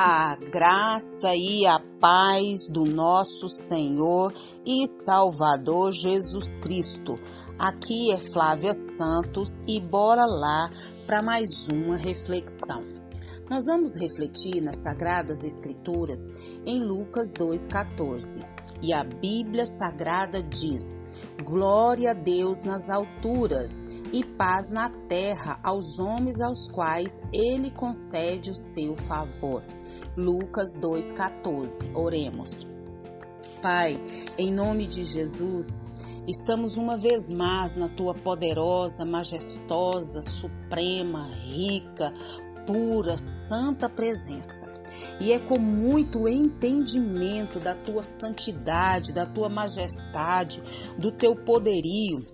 A graça e a paz do nosso Senhor e Salvador Jesus Cristo. Aqui é Flávia Santos e bora lá para mais uma reflexão. Nós vamos refletir nas Sagradas Escrituras em Lucas 2,14. E a Bíblia Sagrada diz: glória a Deus nas alturas e paz na terra aos homens aos quais Ele concede o seu favor. Lucas 2,14. Oremos. Pai, em nome de Jesus, estamos uma vez mais na Tua poderosa, majestosa, suprema, rica, pura, santa presença. E é com muito entendimento da Tua santidade, da Tua majestade, do Teu poderio,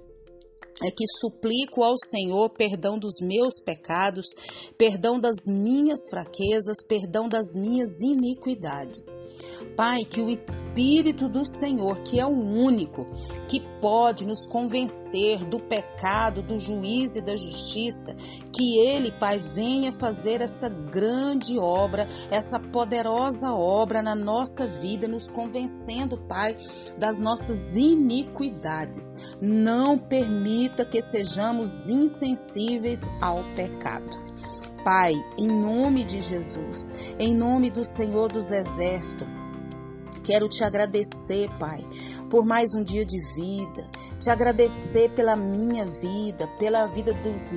é que suplico ao Senhor perdão dos meus pecados, perdão das minhas fraquezas, perdão das minhas iniquidades. Pai, que o Espírito do Senhor, que é o único que pode nos convencer do pecado, do juízo e da justiça, que Ele, Pai, venha fazer essa grande obra, essa poderosa obra na nossa vida, nos convencendo, Pai, das nossas iniquidades. Não permita que sejamos insensíveis ao pecado. Pai, em nome de Jesus, em nome do Senhor dos Exércitos, quero te agradecer, Pai, por mais um dia de vida, te agradecer pela minha vida, pela vida dos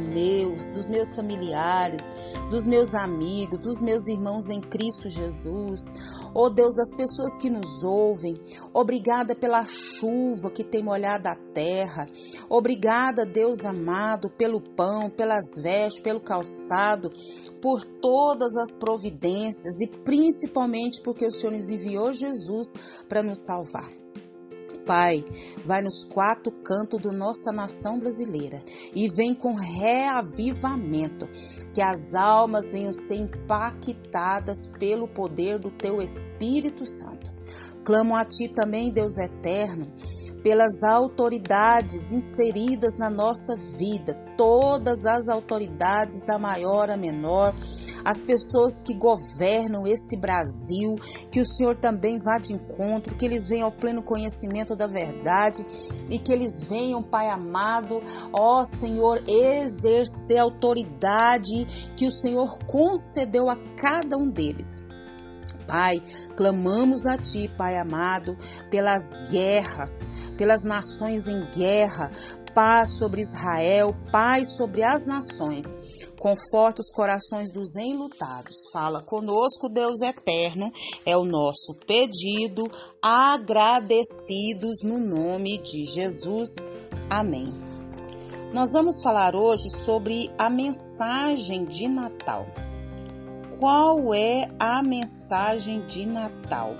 meus familiares, dos meus amigos, dos meus irmãos em Cristo Jesus. Oh Deus, das pessoas que nos ouvem, obrigada pela chuva que tem molhado a terra, obrigada, Deus amado, pelo pão, pelas vestes, pelo calçado, por todas as providências e principalmente porque o Senhor nos enviou Jesus para nos salvar. Pai, vai nos quatro cantos da nossa nação brasileira e vem com reavivamento, que as almas venham ser impactadas pelo poder do Teu Espírito Santo. Clamo a Ti também, Deus eterno, pelas autoridades inseridas na nossa vida, todas as autoridades da maior a menor, as pessoas que governam esse Brasil, que o Senhor também vá de encontro, que eles venham ao pleno conhecimento da verdade e que eles venham, Pai amado, ó Senhor, exercer a autoridade que o Senhor concedeu a cada um deles. Pai, clamamos a Ti, Pai amado, pelas guerras, pelas nações em guerra, paz sobre Israel, paz sobre as nações. Conforta os corações dos enlutados. Fala conosco, Deus eterno, é o nosso pedido, agradecidos no nome de Jesus. Amém. Nós vamos falar hoje sobre a mensagem de Natal. Qual é a mensagem de Natal?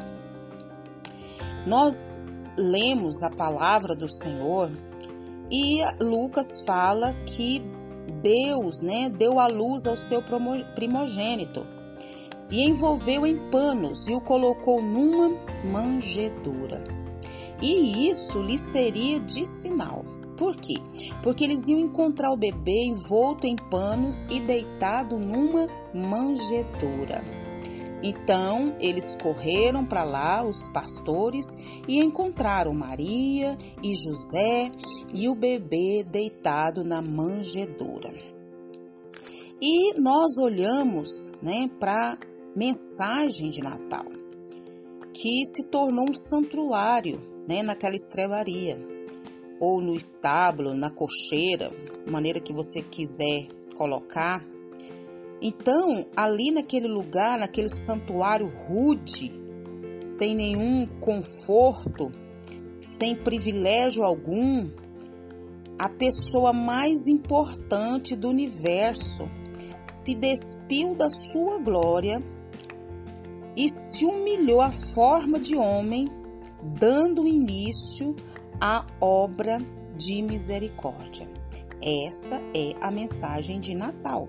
Nós lemos a palavra do Senhor e Lucas fala que Deus, deu à luz ao seu primogênito e envolveu em panos e o colocou numa manjedoura. E isso lhe seria de sinal. Por quê? Porque eles iam encontrar o bebê envolto em panos e deitado numa manjedoura. Então, eles correram para lá, os pastores, e encontraram Maria e José e o bebê deitado na manjedoura. E nós olhamos, para a mensagem de Natal, que se tornou um santuário, naquela estrebaria, ou no estábulo, na cocheira, maneira que você quiser colocar. Então, ali naquele lugar, naquele santuário rude, sem nenhum conforto, sem privilégio algum, a pessoa mais importante do universo se despiu da sua glória e se humilhou à forma de homem, dando início à obra de misericórdia. Essa é a mensagem de Natal.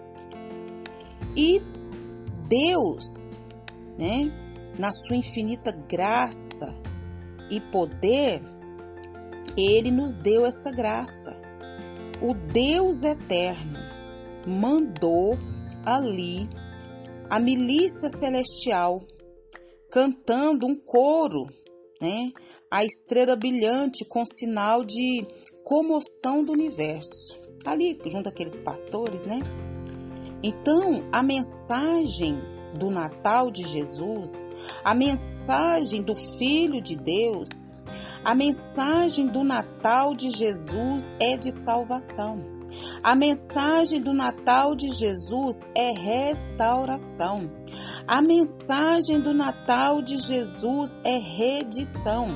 E Deus, na sua infinita graça e poder, Ele nos deu essa graça. O Deus eterno mandou ali a milícia celestial, cantando um coro, né? A estrela brilhante com sinal de comoção do universo. Ali, junto àqueles pastores, né? Então, a mensagem do Natal de Jesus, a mensagem do Filho de Deus, a mensagem do Natal de Jesus é de salvação. A mensagem do Natal de Jesus é restauração. A mensagem do Natal de Jesus é retidão.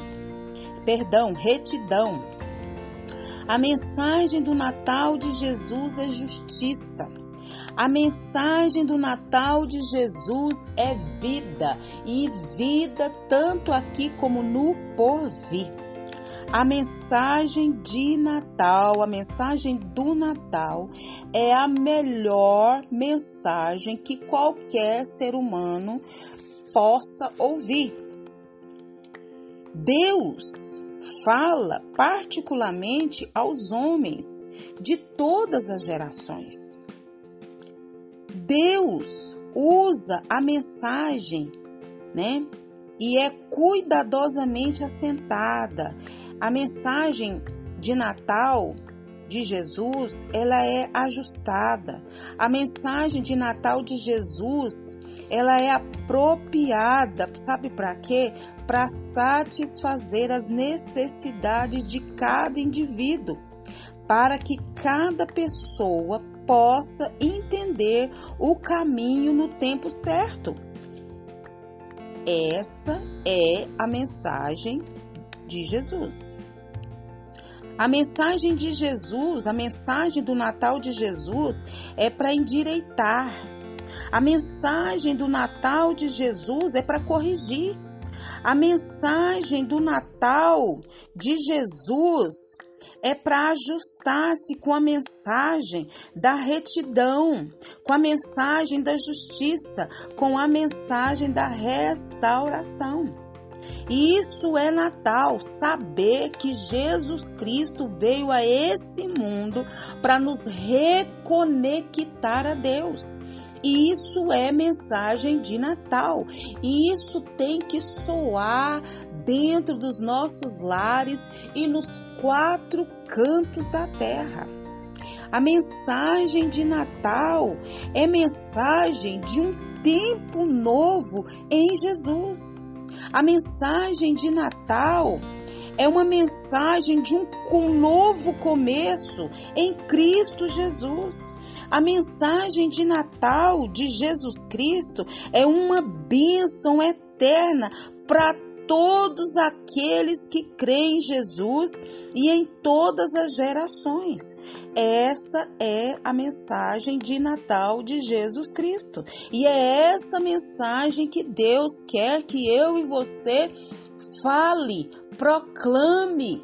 A mensagem do Natal de Jesus é justiça. A mensagem do Natal de Jesus é vida, e vida tanto aqui como no porvir. A mensagem de Natal, a mensagem do Natal é a melhor mensagem que qualquer ser humano possa ouvir. Deus fala particularmente aos homens de todas as gerações. Deus usa a mensagem, né? E é cuidadosamente assentada. A mensagem de Natal de Jesus, ela é ajustada. A mensagem de Natal de Jesus, ela é apropriada, sabe para quê? Para satisfazer as necessidades de cada indivíduo, para que cada pessoa possa entender o caminho no tempo certo. Essa é a mensagem de Jesus. A mensagem de Jesus, a mensagem do Natal de Jesus é para endireitar. A mensagem do Natal de Jesus é para corrigir. A mensagem do Natal de Jesus é para ajustar-se com a mensagem da retidão, com a mensagem da justiça, com a mensagem da restauração. E isso é Natal, saber que Jesus Cristo veio a esse mundo para nos reconectar a Deus. E isso é mensagem de Natal. E isso tem que soar dentro dos nossos lares e nos 4 cantos da terra. A mensagem de Natal é mensagem de um tempo novo em Jesus. A mensagem de Natal é uma mensagem de um novo começo em Cristo Jesus. A mensagem de Natal de Jesus Cristo é uma bênção eterna para todos aqueles que creem em Jesus e em todas as gerações. Essa é a mensagem de Natal de Jesus Cristo. E é essa mensagem que Deus quer que eu e você fale, proclame.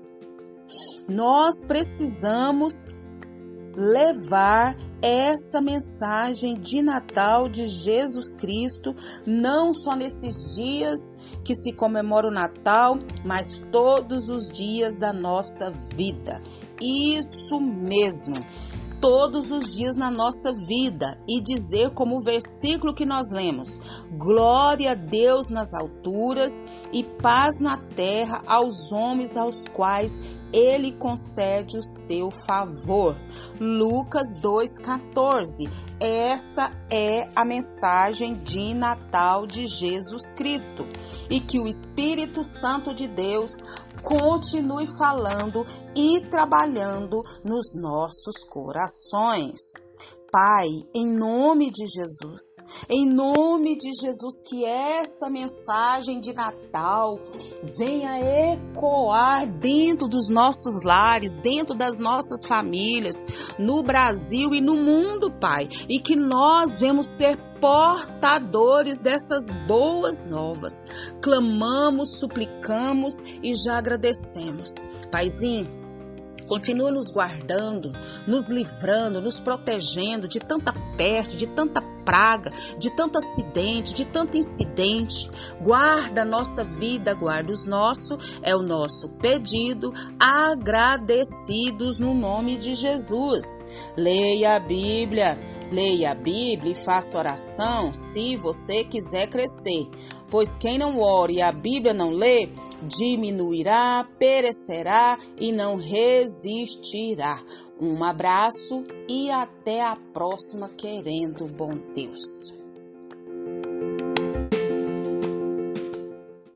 Nós precisamos levar essa mensagem de Natal de Jesus Cristo, não só nesses dias que se comemora o Natal, mas todos os dias da nossa vida. Isso mesmo, todos os dias na nossa vida, e dizer como o versículo que nós lemos: glória a Deus nas alturas e paz na terra aos homens aos quais Ele concede o seu favor. Lucas 2,14. Essa é a mensagem de Natal de Jesus Cristo. E que o Espírito Santo de Deus continue falando e trabalhando nos nossos corações. Pai, em nome de Jesus, que essa mensagem de Natal venha ecoar dentro dos nossos lares, dentro das nossas famílias, no Brasil e no mundo, Pai, e que nós venhamos ser portadores dessas boas novas. Clamamos, suplicamos e já agradecemos. Paizinho, continua nos guardando, nos livrando, nos protegendo de tanta peste, de tanta praga, de tanto acidente, de tanto incidente. Guarda a nossa vida, guarda os nossos, é o nosso pedido, agradecidos no nome de Jesus. Leia a Bíblia, Leia a Bíblia e faça oração se você quiser crescer, pois quem não ora e a Bíblia não lê, diminuirá, perecerá e não resistirá. Um abraço e até a próxima, querendo bom Deus.